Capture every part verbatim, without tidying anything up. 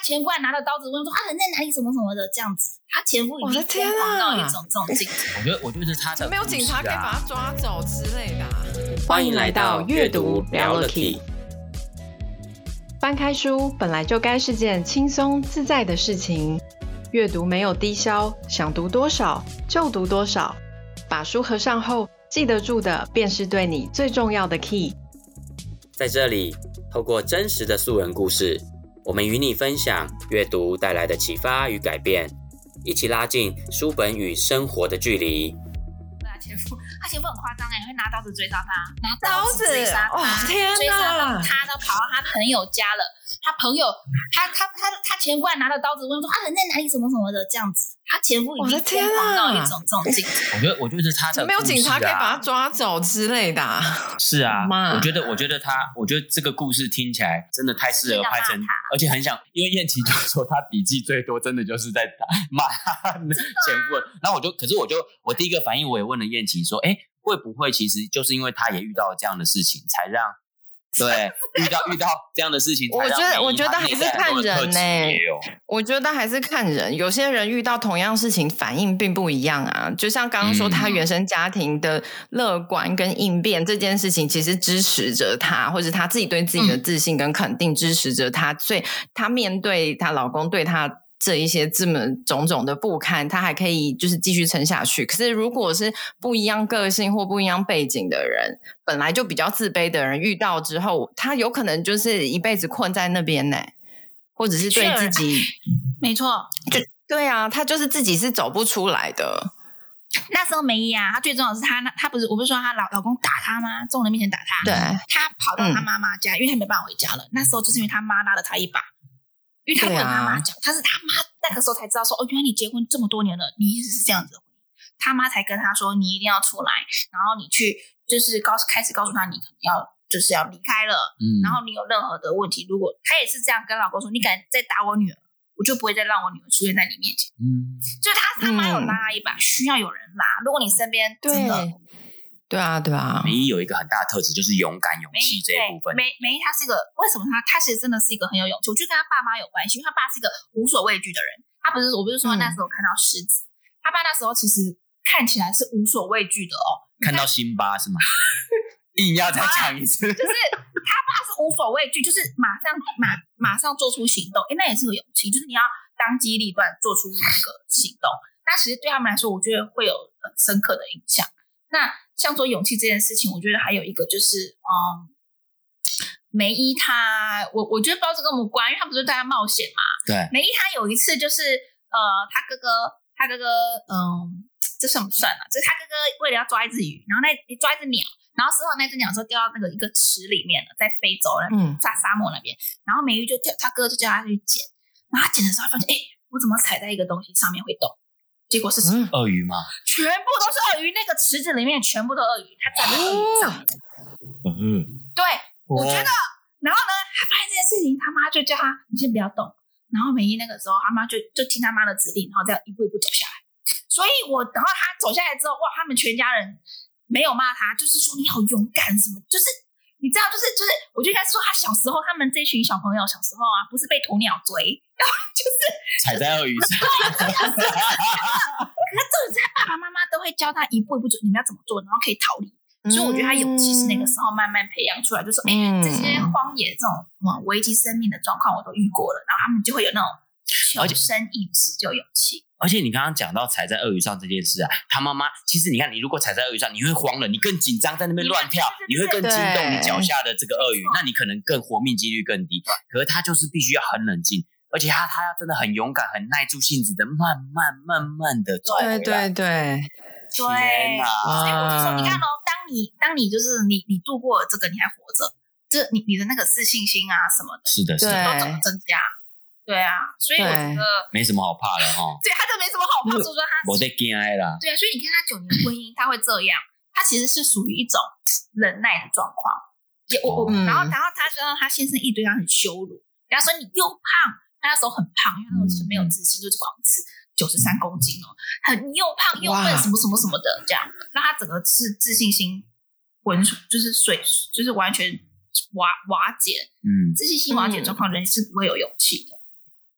前夫还拿着刀子问说他人在哪里什么什么的这样子，他前夫已经疯狂到一种这种境界。 我觉得我觉得他的、啊、 没有警察可以把他抓走之类的、啊。 欢迎来到阅读 Reality。 翻开书本来就该是件轻松自在的事情，阅读没有低消，想读多少就读多少。把书合上后，记得住的便是对你最重要的 key。 在这里，透过真实的素人故事，我们与你分享阅读带来的启发与改变，一起拉近书本与生活的距离。 他前夫，他前夫很夸张哎，会拿刀子追杀他，拿刀子追杀他， 哦天哪， 追杀到他都跑到他朋友家了。他朋友，他他他他前夫还拿着刀子问说他人在哪里什么什么的这样子。他前夫已经疯狂到一种这种境界。 我觉得我觉得他的、啊、 没有警察可以把他抓走之类的、啊。 是啊，我觉得我觉得他，我觉得这个故事听起来真的太适合拍成，而且很想，因为燕琪就说他笔记最多，真的就是在骂他前夫。然后我就，可是我就我第一个反应，我也问了燕琪说，哎，会不会其实就是因为他也遇到了这样的事情，才让。对，遇到遇到这样的事情， 我觉得我觉得还是看人呢、欸。我觉得还是看人，有些人遇到同样事情反应并不一样啊。就像刚刚说，他原生家庭的乐观跟应变、嗯、这件事情，其实支持着他，或者他自己对自己的自信跟肯定支持着他，所以他面对她老公对他这一些这么种种的不堪，他还可以就是继续撑下去。可是如果是不一样个性或不一样背景的人，本来就比较自卑的人，遇到之后他有可能就是一辈子困在那边呢，或者是对自己没错， 就对啊，他就是自己是走不出来的。 那时候梅姨啊，她最重要的是她，她不是我不是说她老老公打她吗？众人面前打她， 对， 她跑到她妈妈家、嗯，因为她没办法回家了。那时候就是因为她妈拉了她一把。因为他跟他妈讲、啊，他是他妈那个时候才知道说，哦，原来你结婚这么多年了，你一直是这样子的婚姻。他妈才跟他说，你一定要出来，然后你去就是告开始告诉他，你可能要就是要离开了、嗯，然后你有任何的问题，如果他也是这样跟老公说，你敢再打我女儿，我就不会再让我女儿出现在你面前。嗯，就他他妈有拉一把、嗯，需要有人拉。如果你身边真的。 对啊，对啊， 梅姨有一个很大的特质，就是勇敢、勇气这一部分。 梅梅姨她是一个，为什么她她其实真的是一个很有勇气？我觉得跟她爸妈有关系，因为她爸是一个无所畏惧的人。他不是，我不是说那时候看到狮子，他、嗯、爸那时候其实看起来是无所畏惧的哦。 看到辛巴是吗？硬要再讲一次， 就是他爸是无所畏惧，就是马上马马上做出行动。哎，那也是个勇气，就是你要当机立断做出一个行动。那其实对他们来说，我觉得会有很深刻的影响。那像说勇气这件事情，我觉得还有一个就是，嗯，梅姨她，我我觉得不知道这跟我们关，因为她不是带她冒险嘛。 对。 梅姨她有一次就是，呃，她哥哥，她哥哥，嗯，这算不算啊？就是她哥哥为了要抓一只鱼，然后那抓一只鸟，然后之后那只鸟之后掉到那个一个池里面了，在非洲那边，在沙漠那边，然后梅姨就叫她哥就叫她去捡，然后她捡的时候发现，哎，我怎么踩在一个东西上面会动？结果是什么？ 鳄鱼吗？ 全部都是鳄鱼，那个池子里面全部都鳄鱼，他站在鳄鱼上面。 嗯， 对，我觉得，然后呢，他发现这件事情，他妈就叫他你先不要动。然后梅姨那个时候，他妈就就听他妈的指令，然后这样一步一步走下来。所以我然后他走下来之后，哇，他们全家人没有骂他，就是说你好勇敢什么，就是你知道，就是就是，我就应该是说他小时候，他们这群小朋友小时候啊，不是被鸵鸟追。就是踩在鳄鱼上， 对，真的是。可是这种他爸爸妈妈都会教他一步一步做，你们要怎么做，然后可以逃离。嗯、所以我觉得他勇气是那个时候慢慢培养出来，就是哎、嗯，这些荒野这种危及生命的状况我都遇过了，然后他们就会有那种求生意志，就有勇气。 而且你刚刚讲到踩在鳄鱼上这件事啊，他妈妈其实你看，你如果踩在鳄鱼上，你会慌了，你更紧张，在那边乱跳，你会更惊动你脚下的这个鳄鱼，那你可能更活命几率更低。可是他就是必须要很冷静。而且他他要真的很勇敢，很耐住性子的，慢慢慢慢的走回来。 对对对， 对。所以我就说，你看哦，当你当你就是你你度过了这个，你还活着，这你你的那个自信心啊什么的， 是的，是的， 都怎么增加？对啊，所以我觉得没什么好怕的哈。 对，他就没什么好怕，所以说他我在惊哀啦。 对啊，所以你看他九年婚姻，他会这样，他其实是属于一种忍耐的状况。也我我、嗯，然后然后他说他先生一堆他很羞辱，人家说你又胖。他那时候很胖，因为那时候没有自信，就是狂吃九十三公斤哦，很又胖又笨，什么什么什么的，这样让他整个是自信心浑就是水，就是完全瓦瓦解。嗯，自信心瓦解状况，人是不会有勇气的。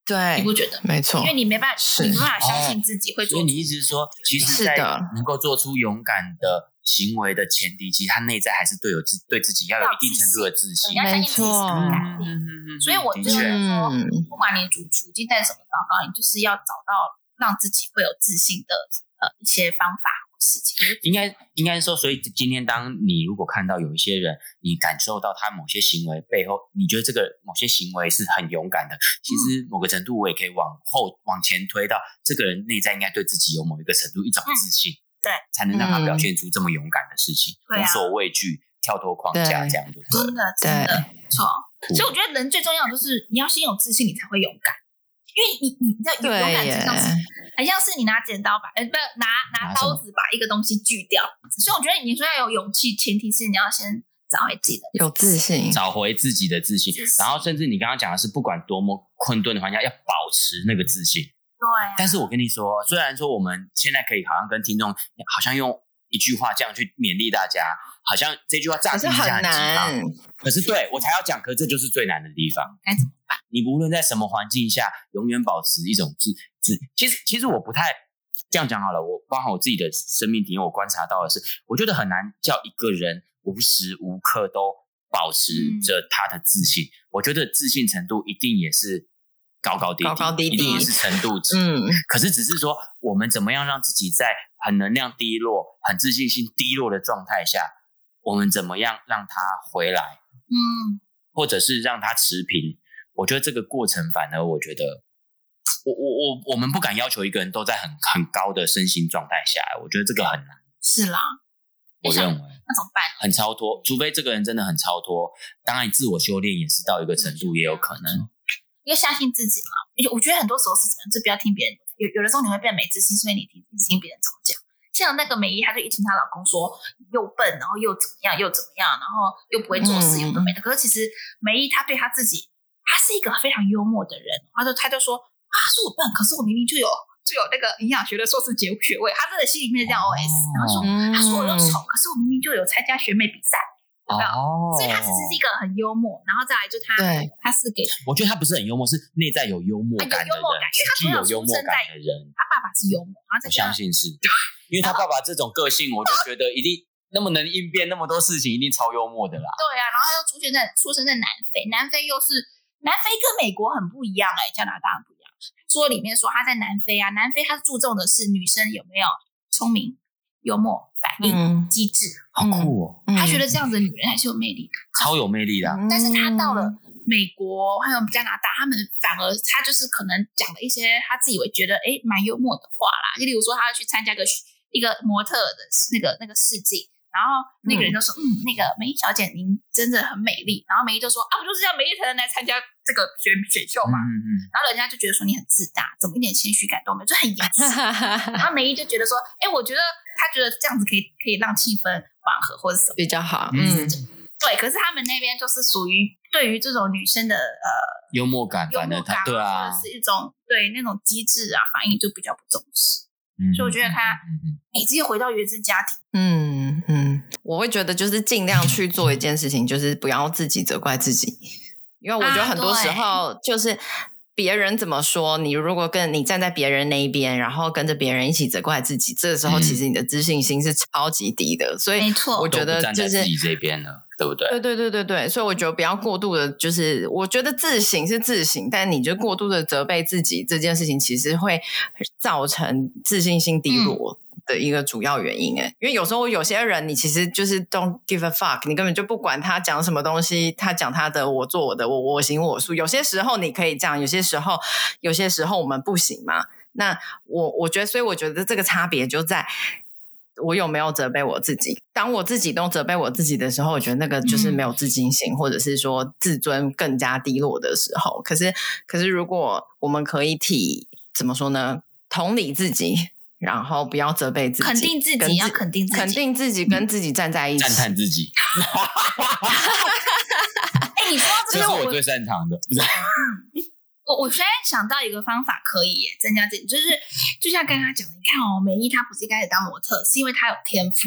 对， 你不觉得？ 没错， 因为你没办法，你没办法相信自己会做、 哦。所以你意思是说，其实在能够做出勇敢的行为的前提，其实他内在还是对有自对自己要有一定程度的自信。 没错， 嗯嗯嗯。所以我就觉得说，不管你处处境在什么糟糕，你就是要找到让自己会有自信的呃一些方法。事情应该应该说，所以今天当你如果看到有一些人，你感受到他某些行为背后，你觉得这个某些行为是很勇敢的，其实某个程度我也可以往后往前推到，这个人内在应该对自己有某一个程度一种自信， 嗯、对， 才能让他表现出这么勇敢的事情，嗯、无所畏惧，跳脱框架这样子。 真的真的错。所以我觉得人最重要的就是你要先有自信，你才会勇敢。因为你你你知道勇敢就像是很像是你拿剪刀把呃不拿拿刀子把一个东西锯掉，所以我觉得你说要有勇气，前提是你要先找回自己的有自信， 找回自己的自信，然后甚至你刚刚讲的是不管多么困顿的环境，要保持那个自信。 对、啊。 但是我跟你说，虽然说我们现在可以好像跟听众好像用一句话这样去勉励大家，好像这句话乍听之下很难，可是对我才要讲，可是这就是最难的地方。 该怎么办？ 你无论在什么环境下，永远保持一种自自。其实，其实我不太这样讲好了。我包含我自己的生命体验，我观察到的是，我觉得很难叫一个人无时无刻都保持着他的自信。嗯、我觉得自信程度一定也是高高低低， 高高低低， 一定也是程度值。 嗯， 可是只是说，我们怎么样让自己在很能量低落、很自信心低落的状态下，我们怎么样让他回来？ 嗯， 或者是让他持平？我觉得这个过程，反而我觉得，我我我我们不敢要求一个人都在很很高的身心状态下，我觉得这个很难。 是啦， 我认为那怎么办？ 很超脱，除非这个人真的很超脱。当然，自我修炼也是到一个程度，也有可能。 要相信自己嘛。我觉得很多时候是怎么样，就不要听别人。有有的时候你会变没自信，所以你听听别人怎么讲。像那个美姨，她就一听她老公说又笨，然后又怎么样又怎么样，然后又不会做事，有的没的。可是其实美姨她对她自己，她是一个非常幽默的人。她就她就说啊，她说我笨，可是我明明就有就有那个营养学的硕士学学位。她真的心里面这样 O S， 然后说她说我又丑，可是我明明就有参加学妹比赛。有没有？哦、所以他其实是一个很幽默，然后再来就他，他是给我觉得他不是很幽默，是内在有幽默感的人， 有幽默感，因为他从小出生在的人， 他爸爸是幽默，然后我相信是，因为他爸爸这种个性，我就觉得一定那么能应变那么多事情，一定超幽默的啦。 对啊，然后又出现在出生在南非，南非又是南非跟美国很不一样哎、欸，加拿大很不一样。说里面说他在南非啊，南非他注重的是女生有没有聪明、幽默。反应、嗯、机智， 好酷哦！ 他觉得这样子的女人还是有魅力的， 超有魅力的、啊。 但是他到了美国还有加拿大，他们反而他就是可能讲了一些他自己会觉得哎蛮幽默的话啦，就例如说他要去参加个一个模特的那个那个试镜，然后那个人就说嗯, 嗯那个美丽小姐您真的很美丽，然后美丽就说啊，我就是要美丽才能来参加这个选选秀嘛，嗯嗯然后人家就觉得说你很自大，怎么一点谦虚感都没有，就很严肃。然后美丽就觉得说哎，我觉得他觉得这样子可以可以让气氛缓和或者什么比较好， 嗯，对。可是他们那边就是属于对于这种女生的呃幽默感， 幽默感， 对啊， 或者是一种对那种机智啊反应就比较不重视。嗯、所以我觉得他，哎、嗯，直接回到原生家庭， 嗯嗯，我会觉得就是尽量去做一件事情，就是不要自己责怪自己，因为我觉得很多时候就是别人怎么说，你如果跟你站在别人那一边，然后跟着别人一起责怪自己，这个时候其实你的自信心是超级低的，所以没错， 我觉得就是站在自己这边了。对不对？ 对对对对对，所以我觉得不要过度的，就是我觉得自省是自省，但你就过度的责备自己这件事情，其实会造成自信心低落的一个主要原因。哎、嗯，因为有时候有些人，你其实就是 don't give a fuck， 你根本就不管他讲什么东西，他讲他的，我做我的，我我行我素。有些时候你可以这样，有些时候有些时候我们不行嘛。那我我觉得，所以我觉得这个差别就在。我有没有责备我自己？当我自己都责备我自己的时候，我觉得那个就是没有自信心，嗯、或者是说自尊更加低落的时候。可是，可是如果我们可以体怎么说呢？同理自己，然后不要责备自己， 肯定自己，要肯定自己， 肯定自己，跟自己站在一起， 赞叹自己。 哎、欸，你说到这个， 这是我最擅长的。 我我现在想到一个方法可以耶增加自己，就是就像刚刚讲的，你看哦，美意她不是一开始当模特，是因为她有天赋。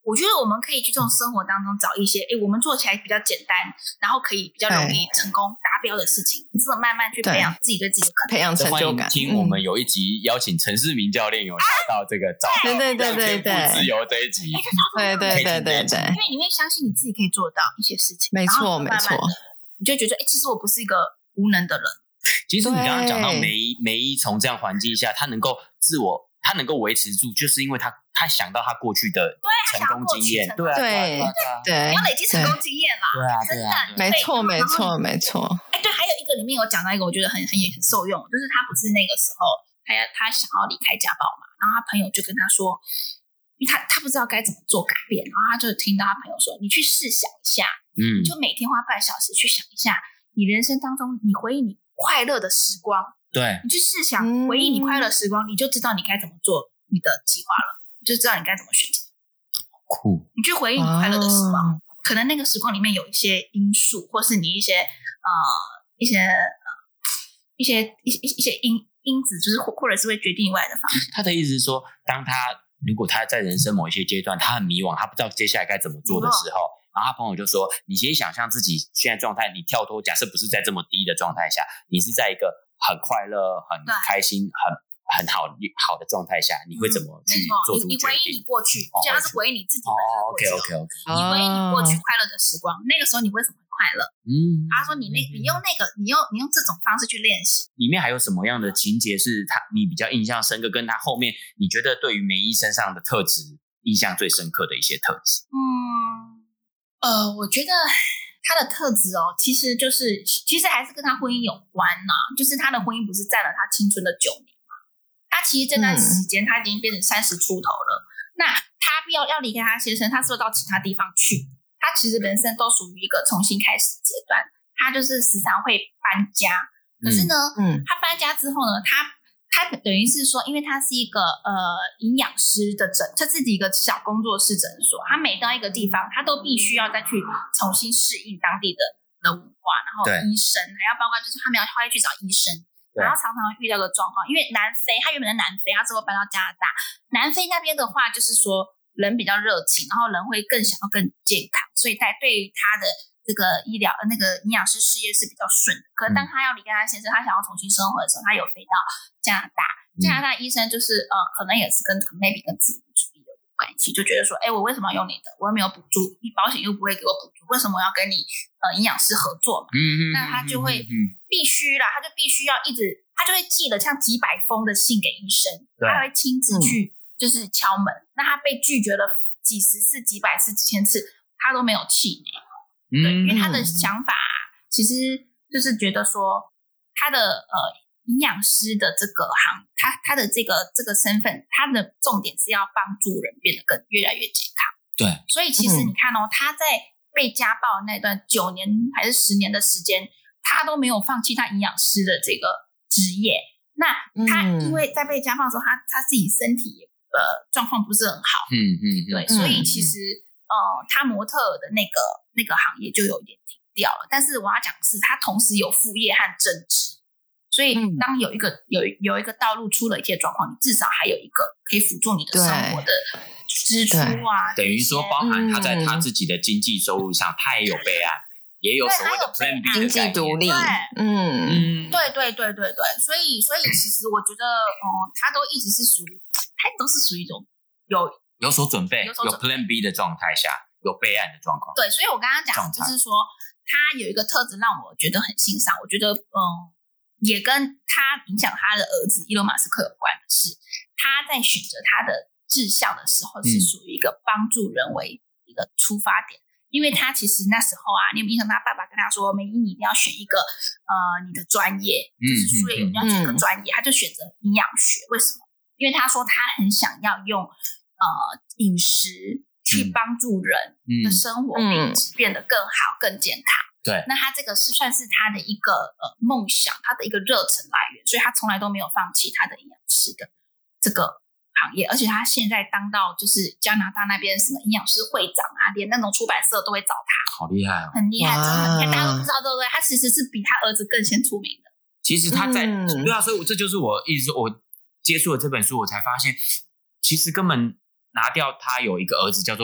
我觉得我们可以去这种生活当中找一些，哎，我们做起来比较简单，然后可以比较容易成功达标的事情，这种慢慢去培养自己对自己的可能， 培养成就感。 听我们有一集邀请陈世明教练有聊到这个找到对对对对对自由这一集， 对对对对对， 因为你会相信你自己可以做到一些事情， 没错没错， 你就觉得，哎，其实我不是一个无能的人。 其实你刚刚讲到梅姨，梅姨从这样环境下，她能够自我，她能够维持住，就是因为她她想到她过去的成功经验，对啊， 对对， 你要累积成功经验啦， 对啊， 真的， 没错没错没错。 哎，对，还有一个里面有讲到一个，我觉得很很也很受用，就是他不是那个时候，他他想要离开家暴嘛，然后他朋友就跟他说，因为他他不知道该怎么做改变，然后他就听到他朋友说，你去试想一下，嗯，就每天花半小时去想一下，你人生当中你回忆你快乐的时光， 对， 你去试想回忆你快乐的时光，你就知道你该怎么做你的计划了，你就知道你该怎么选择。 酷， 你去回忆你快乐的时光，哦、可能那个时光里面有一些因素，或是你一些呃一些呃一些一些一些因因子，就是或或者是会决定未来的方向。 他的意思是说，当他如果他在人生某一些阶段，他很迷惘，他不知道接下来该怎么做的时候。嗯，然后他朋友就说，你先想象自己现在状态，你跳脱，假设不是在这么低的状态下，你是在一个很快乐很开心很很好好的状态下，你会怎么去做出决定？ 你回忆你过去，就像是回忆你自己的过去。哦 OK OK OK， 你回忆你过去快乐的时光，那个时候你为什么会快乐？嗯，他说你那你用那个你用你用这种方式去练习。 里面还有什么样的情节是他你比较印象深刻，跟他后面你觉得对于梅姨身上的特质印象最深刻的一些特质？ 嗯。呃，我觉得他的特质哦，其实就是其实还是跟他婚姻有关呐、啊。就是他的婚姻不是占了他青春的九年嘛？他其实这段时间、嗯、他已经变成三十出头了。那他要要离开他先生，他是到其他地方去。他其实人生都属于一个重新开始的阶段。他就是时常会搬家，可是呢，嗯，他搬家之后呢，他。他等于是说，因为他是一个呃营养师的诊，他自己一个小工作室诊所，他每到一个地方，他都必须要再去重新适应当地的的文化，然后医生还要包括就是他们要他要去找医生，然后常常会遇到个状况，因为南非他原本在南非，他之后搬到加拿大，南非那边的话就是说人比较热情，然后人会更想要更健康，所以在对于他的这个医疗那个营养师事业是比较顺的。可是当他要离开他先生，他想要重新生活的时候，他有飞到加拿大，加拿大医生就是呃，可能也是跟 maybe 跟资本主义有关系，就觉得说，哎，我为什么要用你的？我又没有补助，你保险又不会给我补助，为什么我要跟你呃营养师合作嘛？嗯嗯，那他就会必须啦，他就必须要一直，他就会寄了像几百封的信给医生，他会亲自去就是敲门。嗯、那他被拒绝了几十次、几百次、几千次，他都没有气馁。嗯、对，因为他的想法其实就是觉得说，他的呃。营养师的这个行，他他的这个这个身份，他的重点是要帮助人变得更越来越健康。 对， 所以其实你看哦，嗯、他在被家暴那段九年还是十年的时间，他都没有放弃他营养师的这个职业。那他因为在被家暴的时候，他他自己身体呃状况不是很好，嗯嗯，对，所以其实呃，他模特的那个那个行业就有一点停掉了。但是我要讲的是，他同时有副业和正职。所以，当有一个有有一个道路出了一些状况，你至少还有一个可以辅助你的生活的支出啊。 等于说，包含他在他自己的经济收入上，他也有备案，也有所谓的 Plan B 的经济独立。 嗯，对对对对对。所以，所以其实我觉得，哦、嗯，他都一直是属于，他都是属于一种有有所准备、有, 有 Plan B 的状态下，有备案的状况。 对，所以我刚刚讲就是说，他有一个特质让我觉得很欣赏。我觉得，嗯。也跟他影响他的儿子伊隆马斯克有关的是，他在选择他的志向的时候是属于一个帮助人为一个出发点，嗯、因为他其实那时候啊，你有没有印象？他爸爸跟他说：“梅姨，你一定要选一个呃你的专业，就是术业有专，要选一个专业。”他就选择营养学，为什么？因为他说他很想要用呃饮食去帮助人的生活品质变得更好、更健康。 对， 那他这个是算是他的一个呃梦想，他的一个热忱来源，所以他从来都没有放弃他的营养师的这个行业，而且他现在当到就是加拿大那边什么营养师会长啊，连那种出版社都会找他， 好厉害哦， 很厉害，真的很厉害，大家都不知道对不对？他其实是比他儿子更先出名的。 其实他在、嗯、对啊，所以我这就是我一直我接触了这本书，我才发现，其实根本拿掉他有一个儿子叫做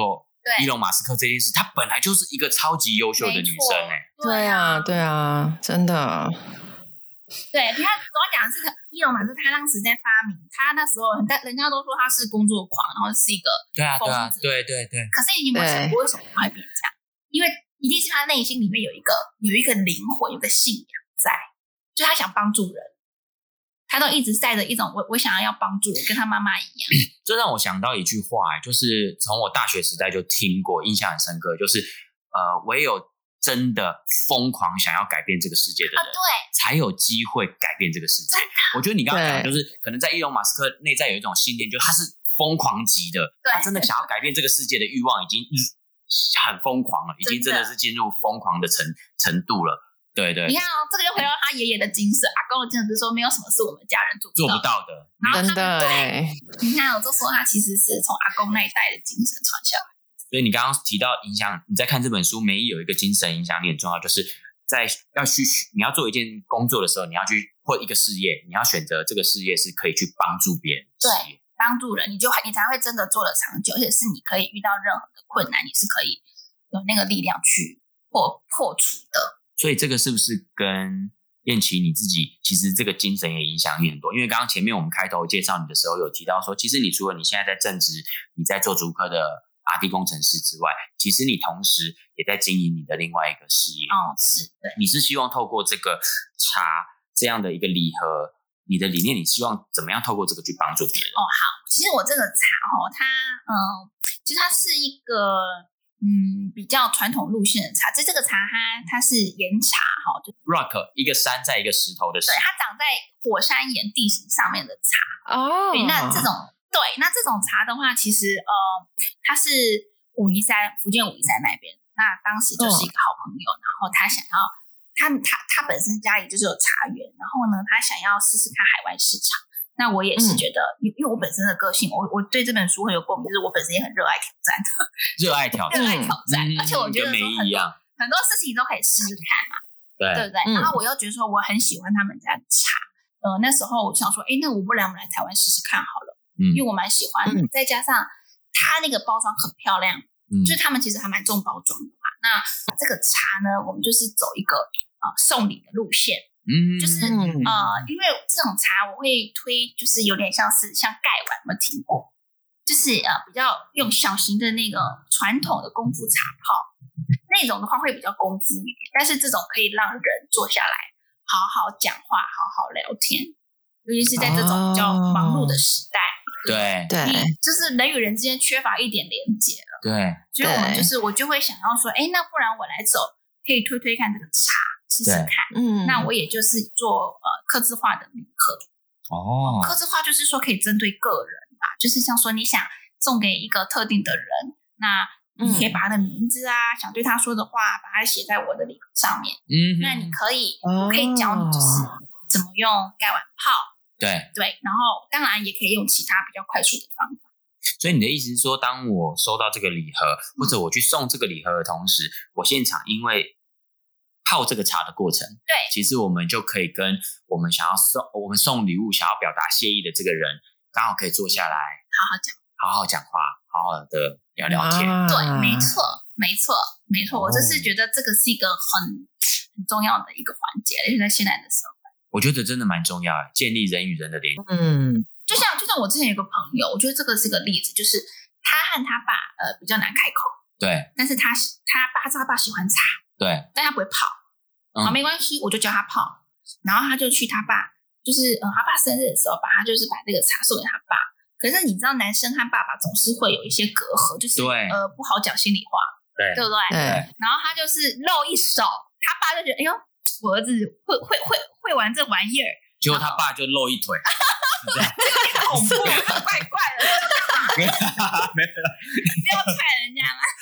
伊隆马斯克这件事，她本来就是一个超级优秀的女生哎、欸。 对啊，对啊，真的。 对，你看，我讲的是伊隆马斯克，他当时在发明，他那时候人家人家都说他是工作狂，然后是一个对啊对啊对对对。 可是你有没有想过为什么他会变这样？因为一定是他内心里面有一个有一个灵魂，有一个信仰在，就他想帮助人，他都一直带着一种我我想要要帮助人，跟他妈妈一样。 这让我想到一句话，就是从我大学时代就听过，印象很深刻，就是呃，唯有真的疯狂想要改变这个世界的人，啊、 对， 才有机会改变这个世界。我觉得你刚刚讲的就是，可能在伊隆马斯克内在有一种信念，就是他是疯狂级的，他真的想要改变这个世界的欲望已经很疯狂了，已经真的是进入疯狂的程程度了。对对， 你看哦，这个就回到他爷爷的精神，阿公的精神就是说，没有什么是我们家人做不到的做不到的。 真的，对， 你看，我就说他其实是从阿公那一代的精神传下来。 所以你刚刚提到影响，你在看这本书，每一有一个精神影响力很重要，就是在要去你要做一件工作的时候，你要去或一个事业，你要选择这个事业是可以去帮助别人的事业， 对，帮助人，你就你才会真的做得长久，而且是你可以遇到任何的困难，你是可以有那个力量去破破除的。 所以这个是不是跟燕琪你自己其实这个精神也影响你很多？因为刚刚前面我们开头介绍你的时候有提到说，其实你除了你现在在正职，你在做竹科的R D 工程师之外，其实你同时也在经营你的另外一个事业。 哦，是，对。 你是希望透过这个茶这样的一个礼盒，你的理念，你希望怎么样透过这个去帮助别人？ 哦，好，其实我这个茶哦，它嗯、呃，其实它是一个嗯比较传统路线的茶。这这个茶它它是岩茶哈、哦，就 rock 一个山在一个石头的石， 对，它长在火山岩地形上面的茶。 哦， 对，那这种。对，那这种茶的话，其实呃，它是武夷山，福建武夷山那边。那当时就是一个好朋友，嗯、然后他想要，他他他本身家里就是有茶园，然后呢，他想要试试看海外市场。那我也是觉得，嗯、因为我本身的个性，我我对这本书很有共鸣，就是我本身也很热爱挑战的， 热爱挑战， 热爱挑战，嗯、而且我觉得说很多很多事情都可以试试看嘛， 对对不对？嗯、然后我又觉得说我很喜欢他们家的茶，呃，那时候我想说，哎，那我不然我们来台湾试试看好了。因为我蛮喜欢的，嗯、再加上它那个包装很漂亮，嗯、就是他们其实还蛮重包装的嘛。那这个茶呢，我们就是走一个呃送礼的路线，嗯，就是呃，因为这种茶我会推，就是有点像是像盖碗，有没有听过？就是呃比较用小型的那个传统的功夫茶泡，那种的话会比较功夫一点，但是这种可以让人坐下来好好讲话，好好聊天。尤其是在这种比较忙碌的时代， 哦、对对， 就是人与人之间缺乏一点连结了， 对， 所以我们就是我就会想要说，哎，那不然我来走，可以推推看这个茶，试试看，嗯，那我也就是做呃客制化的礼盒，哦，客制化就是说可以针对个人吧，就是像说你想送给一个特定的人，那你可以把他的名字啊，嗯、想对他说的话，把它写在我的礼盒上面，嗯，那你可以，我可以教你就是怎么用盖碗泡。 对对，然后当然也可以用其他比较快速的方法。 所以你的意思是说，当我收到这个礼盒，或者我去送这个礼盒的同时，我现场因为泡这个茶的过程， 对， 其实我们就可以跟我们想要送我们送礼物、想要表达谢意的这个人，刚好可以坐下来， 好好讲， 好好讲话，好好的聊聊天。 啊、 对，没错，没错，没错。我就是觉得这个是一个很很重要的一个环节，尤其在现在的社会。 我觉得真的蛮重要的，建立人与人的联系。 嗯， 就像就像我之前有个朋友，我觉得这个是个例子，就是他和他爸呃比较难开口， 对， 但是他他爸知道他爸喜欢茶， 对， 但他不会泡，嗯、好没关系，我就教他泡，然后他就去他爸，就是呃他爸生日的时候，把他就是把这个茶送给他爸。可是你知道，男生和爸爸总是会有一些隔阂，就是呃不好讲心里话， 对， 对不对？ 对。 然后他就是露一手，他爸就觉得哎呦。我儿子会会会会玩这玩意儿， 结果他爸就露一腿， 这个很恐怖，怪怪的。 没有，没有， 不要踹人家嘛！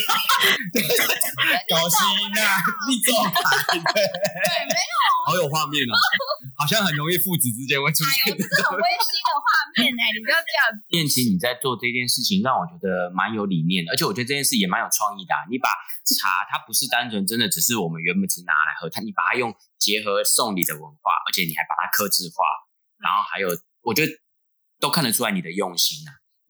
高兴啊，你走开！ 对，没有， 好有画面哦，好像很容易父子之间会出现。 哎呦，这是很温馨的画面哎，你不要这样子。 燕琪，你在做这件事情，让我觉得蛮有理念的，而且我觉得这件事也蛮有创意的、啊。你把茶，它不是单纯真的只是我们原本只拿来喝，它你把它用结合送礼的文化，而且你还把它客制化，然后还有，我觉得都看得出来你的用心啊。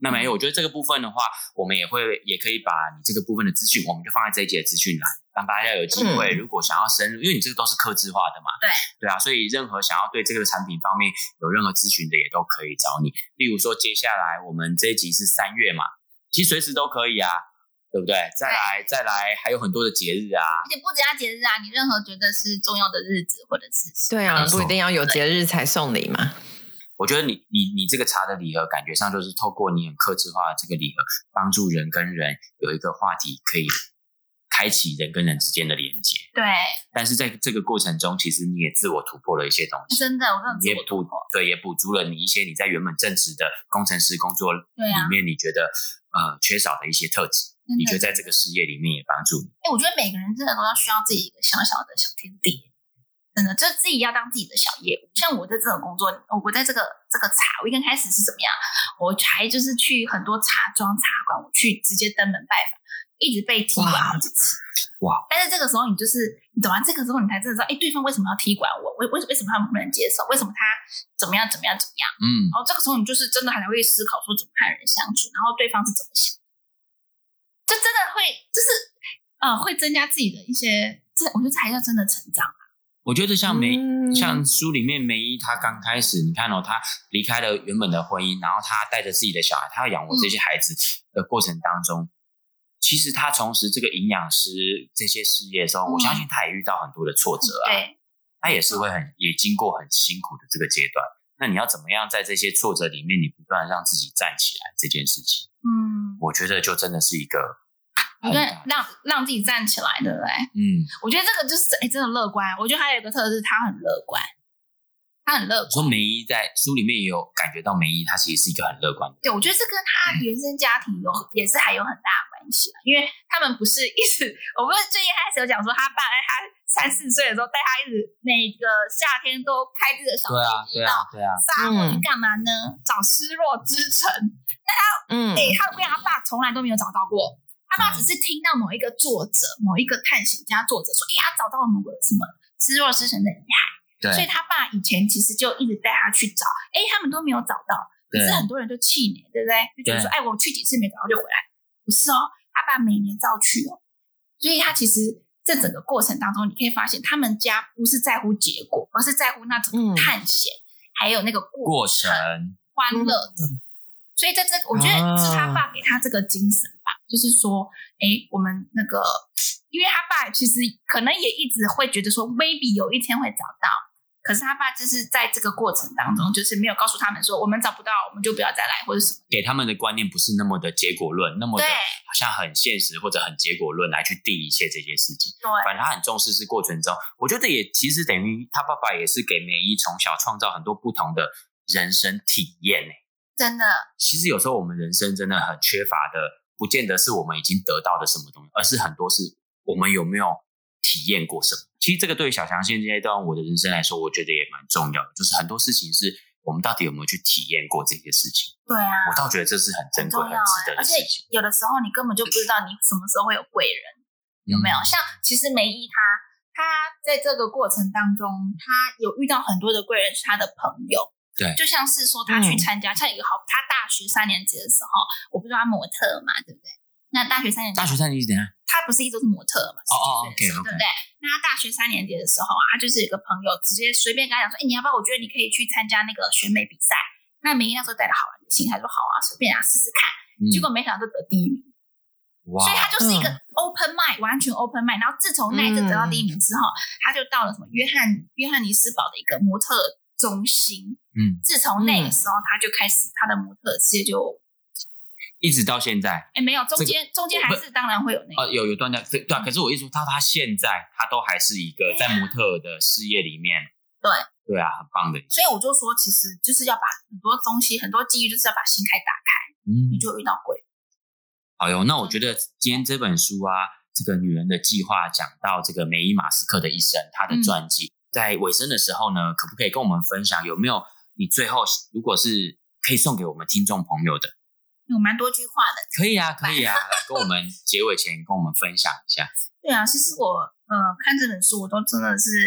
那没有，我觉得这个部分的话，我们也会也可以把你这个部分的资讯，我们就放在这一节的资讯栏，让大家有机会，嗯、如果想要深入，因为你这个都是客制化的嘛， 对对啊，所以任何想要对这个产品方面有任何咨询的，也都可以找你。例如说，接下来我们这一集是三月嘛，其实随时都可以啊，对不对？再来再来，还有很多的节日啊， 而且不只要节日啊，你任何觉得是重要的日子或者是对啊，不一定要有节日才送礼嘛。 我觉得你你你这个茶的礼盒，感觉上就是透过你很客制化的这个礼盒，帮助人跟人有一个话题，可以开启人跟人之间的连接。 对。 但是在这个过程中，其实你也自我突破了一些东西。 真的，我真的自我突破。 对，也补足了你一些你在原本正职的工程师工作里面，你觉得、啊、呃缺少的一些特质。你觉得在这个事业里面也帮助你？ 哎、欸，我觉得每个人真的都要需要自己一个小小的小天地。真的，就是自己要当自己的小业务。像我在这种工作，我在这个这个茶，我一刚开始是怎么样？我还就是去很多茶庄、茶馆，我去直接登门拜访，一直被踢馆好几次。 哇！ 但是这个时候，你就是你懂完这个时候，你才真的知道，哎，对方为什么要踢馆我？为为为什么他们不能接受？为什么他怎么样怎么样怎么样？嗯，然后这个时候你就是真的还会思考说怎么和人相处，然后对方是怎么想，就真的会就是呃会增加自己的一些，这我觉得才叫真的成长。 我觉得像梅、嗯、像书里面梅姨她刚开始，你看哦，她离开了原本的婚姻，然后她带着自己的小孩，她要养活这些孩子的过程当中，嗯、其实她从事这个营养师这些事业的时候，嗯、我相信她也遇到很多的挫折啊， 对， 她也是会很也经过很辛苦的这个阶段。那你要怎么样在这些挫折里面，你不断让自己站起来这件事情，嗯，我觉得就真的是一个。 我觉得让让自己站起来，对不对？ 嗯， 我觉得这个就是哎，真的乐观。我觉得还有一个特质，他很乐观，他很乐观。 我说梅姨在书里面也有感觉到梅姨，她其实是一个很乐观的。 对，我觉得这跟他原生家庭有、嗯、也是还有很大的关系，因为他们不是一直，我不是最一开始有讲说，他爸在他三四岁的时候带他一直每个夏天都开自己的小飞机到沙漠去干嘛呢？嗯、找失落之城。那他，嗯，哎，他跟他爸从来都没有找到过。他爸只是听到某一个作者、某一个探险家作者说：“哎呀，找到了某个什么失落之城的遗骸。”所以他爸以前其实就一直带他去找，哎，他们都没有找到。可是很多人就气馁，对不对？就觉得说：“哎，我去几次没找到就回来。”不是哦，他爸每年照去哦。所以他其实这整个过程当中，你可以发现他们家不是在乎结果，而是在乎那种探险，嗯、还有那个过程、欢乐的。嗯所以在这个，我觉得是他爸给他这个精神吧，啊、就是说，哎，我们那个，因为他爸其实可能也一直会觉得说 ，maybe 有一天会找到，可是他爸就是在这个过程当中，就是没有告诉他们说，我们找不到，我们就不要再来，或者什么。 给他们的观念不是那么的结果论，那么的好像很现实或者很结果论来去定一切这些事情。 对， 反正他很重视是过程中，我觉得也其实等于他爸爸也是给梅姨从小创造很多不同的人生体验呢。 真的， 其实有时候我们人生真的很缺乏的，不见得是我们已经得到的什么东西，而是很多是我们有没有体验过什么。其实这个对于小强现阶段我的人生来说，我觉得也蛮重要的，就是很多事情是我们到底有没有去体验过这些事情。 对啊， 我倒觉得这是很珍贵、很值得的事情。 而且有的时候你根本就不知道你什么时候会有贵人，有没有？嗯、像其实梅姨她，她在这个过程当中，她有遇到很多的贵人，是她的朋友。 对， 就像是说他去参加，嗯、像一个好，他大学三年级的时候，我不是他模特嘛，对不对？那大学三年级， 大学三年级怎样？ 他不是一直都是模特嘛？ 哦哦 ，OK OK， 对不对？那他大学三年级的时候啊，他就是有一个朋友直接随便跟他讲说，哎，你要不要？我觉得你可以去参加那个选美比赛。那梅姨那时候带着好玩的心态说，好啊，随便啊，试试看。嗯、结果没想到就得第一名。哇！所以他就是一个 open mind，、嗯、完全 open mind。然后自从那一次得到第一名之后，嗯、他就到了什么约翰约翰尼斯堡的一个模特中心。嗯，自从那个时候，他就开始他的模特事业就一直到现在。 哎，没有中间、这个、中间还是当然会有那个、 呃、有有断掉，对啊。可是我一说到他现在，他都还是一个在模特的事业里面， 对对啊，很棒的。 所以我就说，其实就是要把很多东西、很多机遇，就是要把心开打开，嗯，你就遇到贵。 好哟，那我觉得今天这本书啊，这个女人的计划讲到这个梅姨马斯克的一生，她的传记。嗯，在尾声的时候呢，可不可以跟我们分享有没有你最后如果是可以送给我们听众朋友的？ 有蛮多句话的。 可以啊，可以啊，来跟我们结尾前跟我们分享一下。 对啊，其实我呃看这本书，我都真的是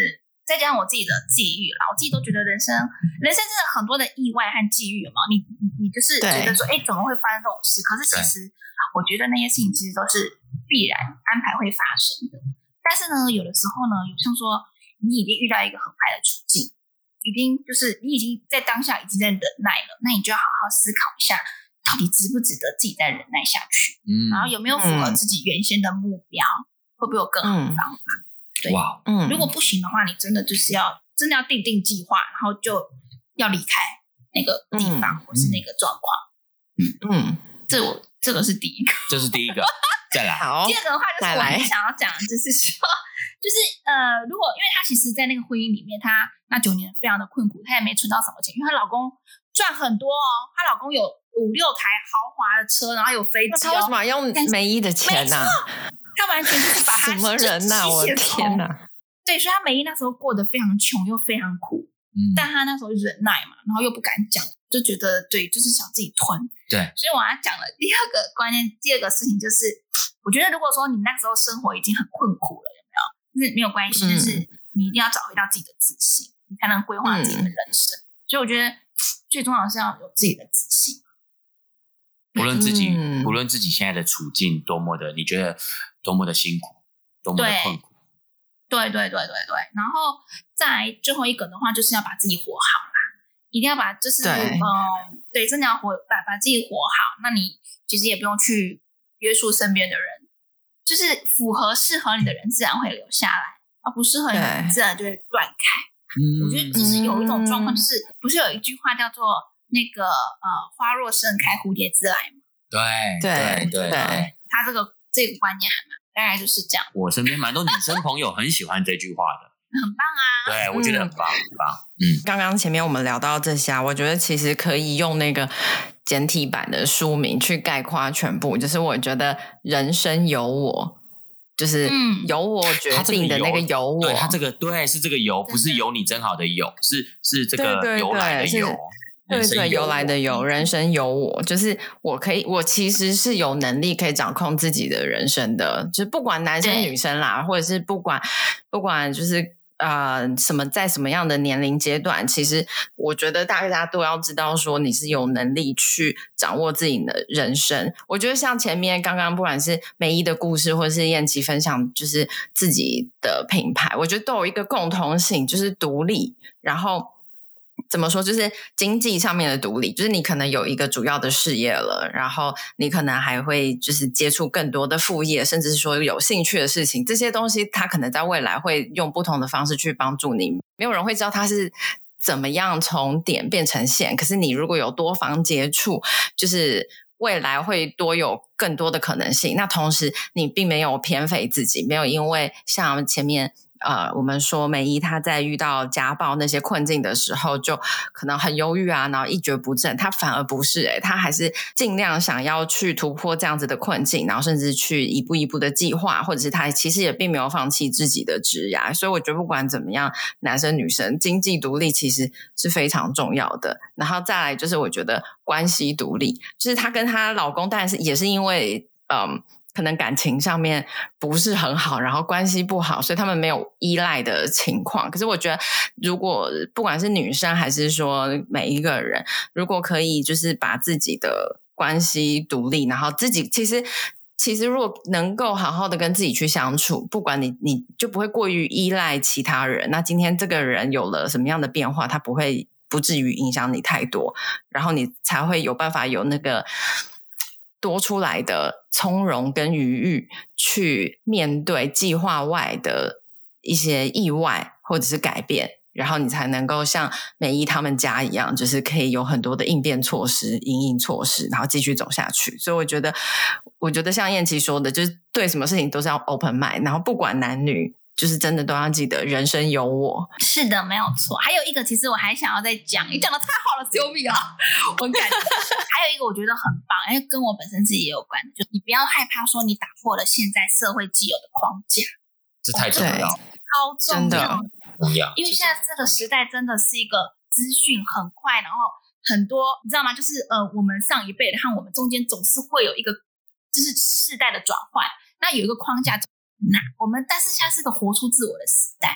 再加上我自己的际遇啦，我自己都觉得人生人生真的很多的意外和际遇嘛，你你你就是觉得说，哎，怎么会发生这种事？可是其实我觉得那些事情其实都是必然安排会发生的。但是呢，有的时候呢，有像说你已经遇到一个很坏的处境，已经就是你已经在当下已经在忍耐了，那你就要好好思考一下，到底值不值得自己再忍耐下去？嗯，然后有没有符合自己原先的目标？嗯、会不会有更好的方法？嗯对，哇，嗯，如果不行的话，你真的就是要真的要定定计划，然后就要离开那个地方、嗯、或是那个状况。嗯嗯，这我这个是第一个， 这是第一个。再来， 好，第二个的话就是我很想要讲，就是说，就是呃，如果因为她其实，在那个婚姻里面，她那九年非常的困苦，她也没存到什么钱，因为她老公赚很多哦，她老公有五六台豪华的车，然后有飞机、哦， 那他为什么要用梅姨的钱呢、啊？ 他完全就是把他什么人呐、啊！我的天哪！ 对，所以他梅姨那时候过得非常穷又非常苦，嗯，但他那时候忍耐嘛，然后又不敢讲，就觉得对，就是想自己吞。 对， 所以我要讲了第二个观念，第二个事情就是，我觉得如果说你那时候生活已经很困苦了，有没有？就是没有关系，嗯、就是你一定要找回到自己的自信，你才能规划自己的人生。嗯、所以我觉得最重要的是要有自己的自信。 不论自己，嗯、不论自己现在的处境多么的，你觉得多么的辛苦，多么的困苦， 对对对对对。然后再来最后一个的话，就是要把自己活好啦，一定要把就是对嗯对，真的要活把把自己活好。那你其实也不用去约束身边的人，就是符合适合你的人，自然会留下来，而不适合你的人，自然就会断开。嗯，我觉得就是有一种状况，就是不是有一句话叫做那个呃花若盛开，蝴蝶自来嘛？ 对对对对， 他这个这个观念还蛮大概就是这样。 我身边蛮多女生朋友很喜欢这句话的， 很棒啊！ 对，我觉得很棒，嗯、很棒。嗯， 刚刚前面我们聊到这些，我觉得其实可以用那个简体版的书名去概括全部，就是我觉得人生由我。就是由我决定的那个由我， 对他这个对是这个由，不是由你真好的由，是是这个由来的由， 对对，由来的由，人生由我，就是我可以，我其实是有能力可以掌控自己的人生的，就是不管男生女生啦，或者是不管不管就是。呃，什么在什么样的年龄阶段，其实我觉得大家都要知道说你是有能力去掌握自己的人生。我觉得像前面刚刚不管是梅姨的故事或者是燕琪分享就是自己的品牌，我觉得都有一个共同性，就是独立，然后怎么说，就是经济上面的独立，就是你可能有一个主要的事业了，然后你可能还会就是接触更多的副业，甚至是说有兴趣的事情，这些东西它可能在未来会用不同的方式去帮助你，没有人会知道它是怎么样从点变成线，可是你如果有多方接触，就是未来会多有更多的可能性。那同时你并没有偏废自己，没有因为像前面呃，我们说梅姨她在遇到家暴那些困境的时候，就可能很忧郁啊，然后一蹶不振。她反而不是、欸，她还是尽量想要去突破这样子的困境，然后甚至去一步一步的计划，或者是她其实也并没有放弃自己的职业。所以我觉得不管怎么样，男生女生经济独立其实是非常重要的。然后再来就是我觉得关系独立，就是她跟她老公，当然是也是因为嗯。可能感情上面不是很好，然后关系不好，所以他们没有依赖的情况。可是我觉得如果不管是女生还是说每一个人，如果可以就是把自己的关系独立，然后自己其实其实如果能够好好的跟自己去相处，不管你你就不会过于依赖其他人，那今天这个人有了什么样的变化，他不会不至于影响你太多，然后你才会有办法有那个多出来的从容跟余裕去面对计划外的一些意外或者是改变，然后你才能够像梅姨他们家一样，就是可以有很多的应变措施因应措施，然后继续走下去。所以我觉得我觉得像燕琪说的，就是对什么事情都是要 open mind， 然后不管男女就是真的都要记得人生由我。 是的，没有错。还有一个其实我还想要再讲，你讲的太好了，救命啊，我很感动。还有一个我觉得很棒，因为跟我本身自己也有关，就是你不要害怕说你打破了现在社会既有的框架， 这太重要了， 超重要， 重要。 因为现在这个时代真的是一个资讯很快，然后很多你知道吗，就是呃我们上一辈的和我们中间总是会有一个就是世代的转换，那有一个框架那我们但是现在是个活出自我的时代，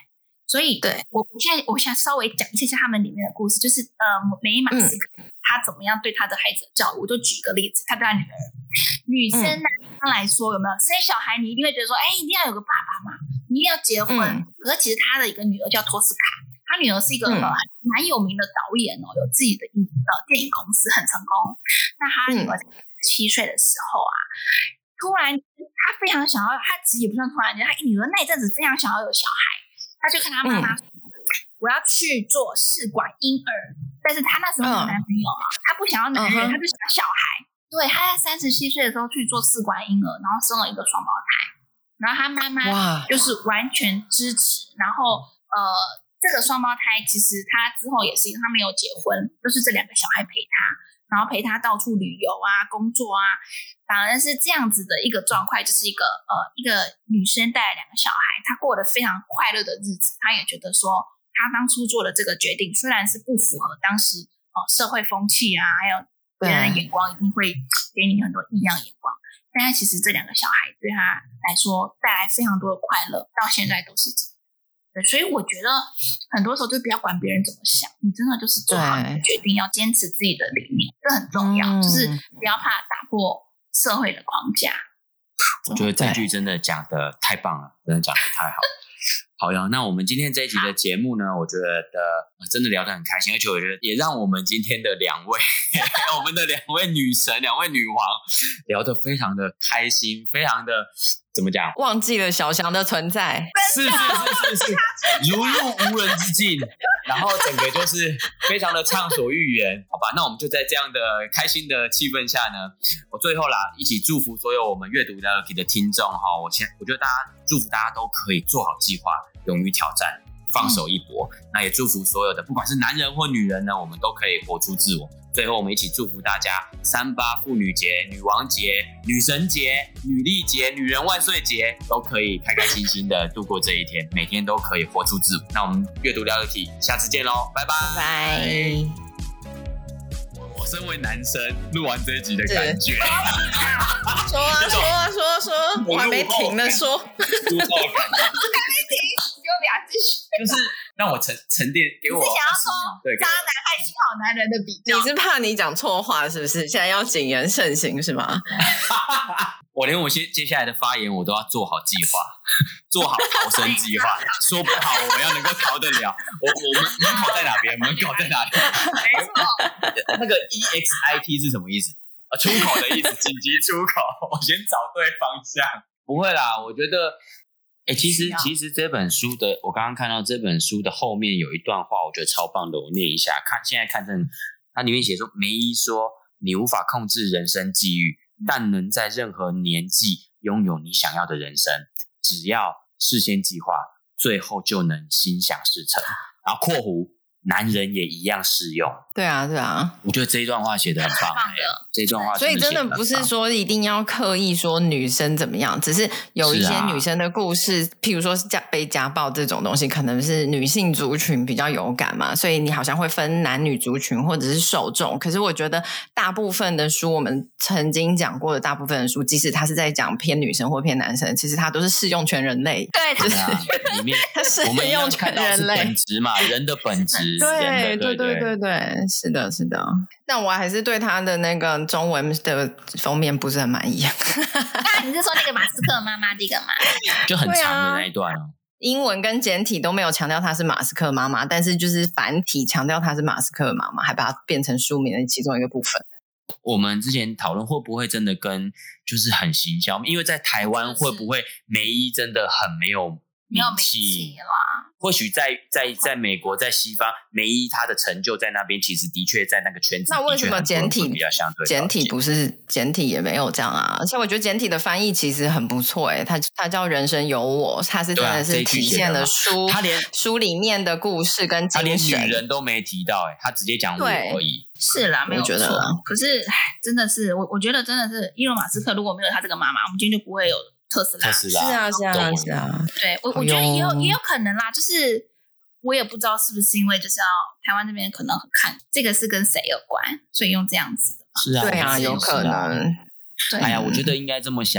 所以对我现在我想稍微讲一下他们里面的故事，就是呃，梅伊马斯克、嗯、他怎么样对他的孩子的教育。我就举一个例子，他对他女儿，女生呢、嗯、来说有没有生小孩，你一定会觉得说，哎，一定要有个爸爸嘛，你一定要结婚。嗯、可是其实他的一个女儿叫托斯卡，他女儿是一个、嗯、呃蛮有名的导演哦，有自己的呃电影公司，很成功。那他女儿七岁的时候啊。突然他非常想要，他其实也不算突然间，他女儿那一阵子非常想要有小孩，他就跟他妈妈说、嗯、我要去做试管婴儿，但是他那时候有男朋友啊、嗯、他不想要男人、嗯、他就想要小孩。对，他在三十七岁的时候去做试管婴儿，然后生了一个双胞胎，然后他妈妈就是完全支持。然后呃这个双胞胎其实他之后也是他没有结婚，就是这两个小孩陪他，然后陪他到处旅游啊工作啊，反而是这样子的一个状况，就是一个呃一个女生带了两个小孩，她过得非常快乐的日子。她也觉得说她当初做的这个决定虽然是不符合当时、呃、社会风气啊，还有别人的眼光，一定会给你很多异样眼光，但是其实这两个小孩对她来说带来非常多的快乐，到现在都是这样。对，所以我觉得很多时候就不要管别人怎么想，你真的就是做好你的决定，要坚持自己的理念，这很重要、嗯、就是不要怕打破社会的框架。 我觉得这句真的讲的太棒了，真的讲的太好了。好呀，那我们今天这一集的节目呢，我觉得、呃、真的聊得很开心，而且我觉得也让我们今天的两位我们的两位女神两位女王聊得非常的开心，非常的怎么讲， 忘记了小翔的存在， 是是是是是如入无人之境，然后整个就是非常的畅所欲言。好吧，那我们就在这样的开心的气氛下呢，我最后啦一起祝福所有我们阅读聊聊 K 的听众哈，我先我觉得大家祝福大家都可以做好计划，勇于挑战，放手一搏、嗯、那也祝福所有的不管是男人或女人呢，我们都可以活出自我。最后我们一起祝福大家三八妇女节、女王节、女神节、女力节、女人万岁节都可以开开心心的度过这一天，每天都可以活出自我。那我们阅读聊聊 K 下次见咯，拜拜拜。 我身为男生录完这一集的感觉说啊说啊说啊说我还没停呢说还没停给我不要继续， 就是让我沉沉淀，给我你是想要说渣男和新好男人的比较， 你是怕你讲错话是不是？现在要谨言慎行是吗？ 我连我接接下来的发言我都要做好计划，做好逃生计划说不好我要能够逃得了。我我们门口在哪边？门口在哪里？ 没错。 那个 E X I T 是什么意思？啊，出口的意思，紧急出口。我先找对方向。不会啦，我觉得欸、其实其实这本书的，我刚刚看到这本书的后面有一段话，我觉得超棒的，我念一下。看现在看成它里面写说，梅伊说，你无法控制人生际遇，但能在任何年纪拥有你想要的人生，只要事先计划，最后就能心想事成。然后括弧男人也一样适用。 对啊对啊， 我觉得这一段话写得很棒、欸、这一段话所以真的不是说一定要刻意说女生怎么样，只是有一些女生的故事、啊、譬如说家被家暴这种东西可能是女性族群比较有感嘛，所以你好像会分男女族群或者是受众。可是我觉得大部分的书，我们曾经讲过的大部分的书，即使它是在讲偏女生或偏男生，其实它都是适用全人类。 对， 就是、 啊、里面它适用全人类， 本质嘛，人的本质。 对对对对对，是的是的。但我还是对他的那个中文的封面不是很满意。 那你是说那个马斯克妈妈这个吗？ 就很长的那一段哦。 英文跟简体都没有强调她是马斯克妈妈，但是就是繁体强调她是马斯克妈妈，还把它变成书名的其中一个部分。 我们之前讨论会不会真的跟就是很行销，因为在台湾会不会梅伊真的很没有没有名气啦？ 或许在在在美国，在西方，梅伊他的成就在那边，其实的确在那个圈子。 那为什么简体比较相对？ 简体不是简体也没有这样啊？而且我觉得简体的翻译其实很不错诶，它它叫《人生有我》，它是真的是体现了书， 他、啊、连书里面的故事跟精神，他连女人都没提到诶，他直接讲我而已。 是啦，没有错。可是真的是我，我觉得真的是伊隆马斯克如果没有他这个妈妈，我们今天就不会有。特斯拉， 特斯拉是啊是啊是啊， 对我我觉得也有也有可能啦，就是我也不知道是不是因为就是要台湾这边可能很看这个是跟谁有关，所以用这样子的是啊， 对啊，有可能。 对哎呀，我觉得应该这么想啊，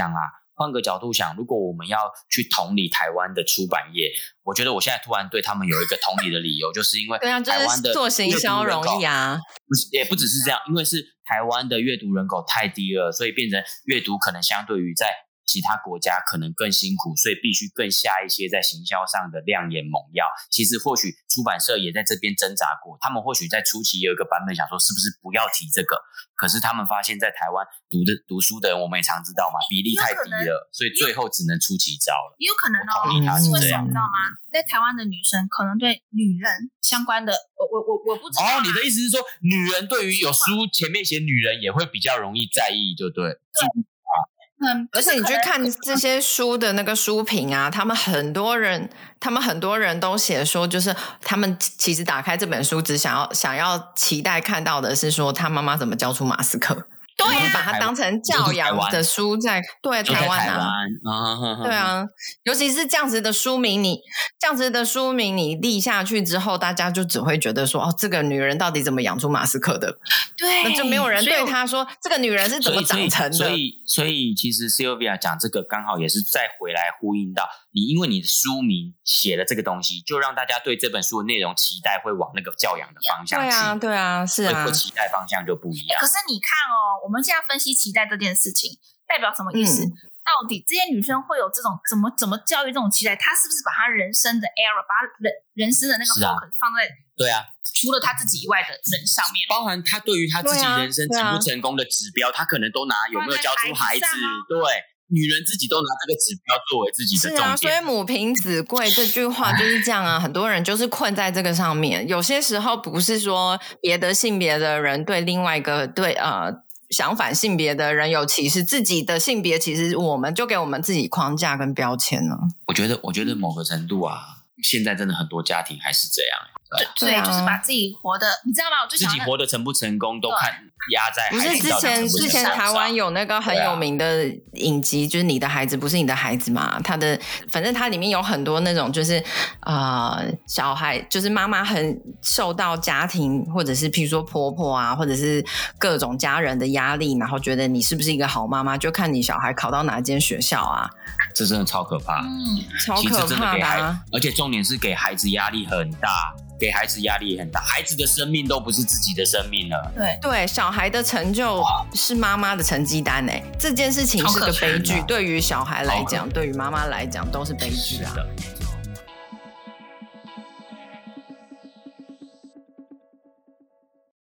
换个角度想，如果我们要去同理台湾的出版业，我觉得我现在突然对他们有一个同理的理由，就是因为台湾的做行销容易啊， 也不只是这样，因为是台湾的阅读人口太低了，所以变成阅读可能相对于在其他国家可能更辛苦，所以必须更下一些在行销上的亮眼猛药。其实或许出版社也在这边挣扎过，他们或许在初期也有一个版本想说是不是不要提这个，可是他们发现在台湾读的读书的人，我们也常知道嘛，比例太低了，所以最后只能出奇招了。 也有可能哦， 因为什么你知道吗？在台湾的女生可能对女人相关的，我我我我不知道。 哦，你的意思是说，女人对于有书前面写女人也会比较容易在意，就对。 对。嗯， 而且你去看这些书的那个书评啊，他们很多人，他们很多人都写说，就是他们其实打开这本书，只想要想要期待看到的是说他妈妈怎么教出马斯克。对啊，把它当成教养的书在对台湾啊，对啊，尤其是这样子的书名，你这样子的书名你立下去之后，大家就只会觉得说，哦，这个女人到底怎么养出马斯克的？ 对， 那就没有人对她说这个女人是怎么长成的。 所以，所以，所以其实 Sylvia 讲这个刚好也是再回来呼应到你，因为你的书名写了这个东西，就让大家对这本书的内容期待会往那个教养的方向去。 对啊，对啊，是啊， 会期待方向就不一样。 可是你看哦，我们现在分析期待这件事情代表什么意思？嗯、到底这些女生会有这种怎么怎么教育这种期待？她是不是把她人生的 error， 把她人人生的那个 focus 放在对啊， 除了她自己以外的人上面， 包含她对于她自己人生成不成功的指标，她、啊啊、可能都拿有没有教出孩子，对。女人自己都拿这个指标作为自己的重点，是啊， 所以母凭子贵这句话就是这样啊。很多人就是困在这个上面。有些时候不是说别的性别的人对另外一个对呃相反性别的人有歧视，自己的性别其实我们就给我们自己框架跟标签了。 我觉得，我觉得某个程度啊，现在真的很多家庭还是这样。 对，对啊，就是把自己活的，你知道吗？我就想自己活的成不成功都看压在孩子。 不是之前之前台湾有那个很有名的影集，就是你的孩子不是你的孩子嘛？他的反正它里面有很多那种就是呃小孩，就是妈妈很受到家庭或者是譬如说婆婆啊，或者是各种家人的压力，然后觉得你是不是一个好妈妈，就看你小孩考到哪间学校啊。 这真的超可怕， 嗯，超可怕的啊！ 而且重点是给孩子压力很大。给孩子压力也很大，孩子的生命都不是自己的生命了。 对对，小孩的成就是妈妈的成绩单哎，这件事情是个悲剧，对于小孩来讲，对于妈妈来讲都是悲剧啊。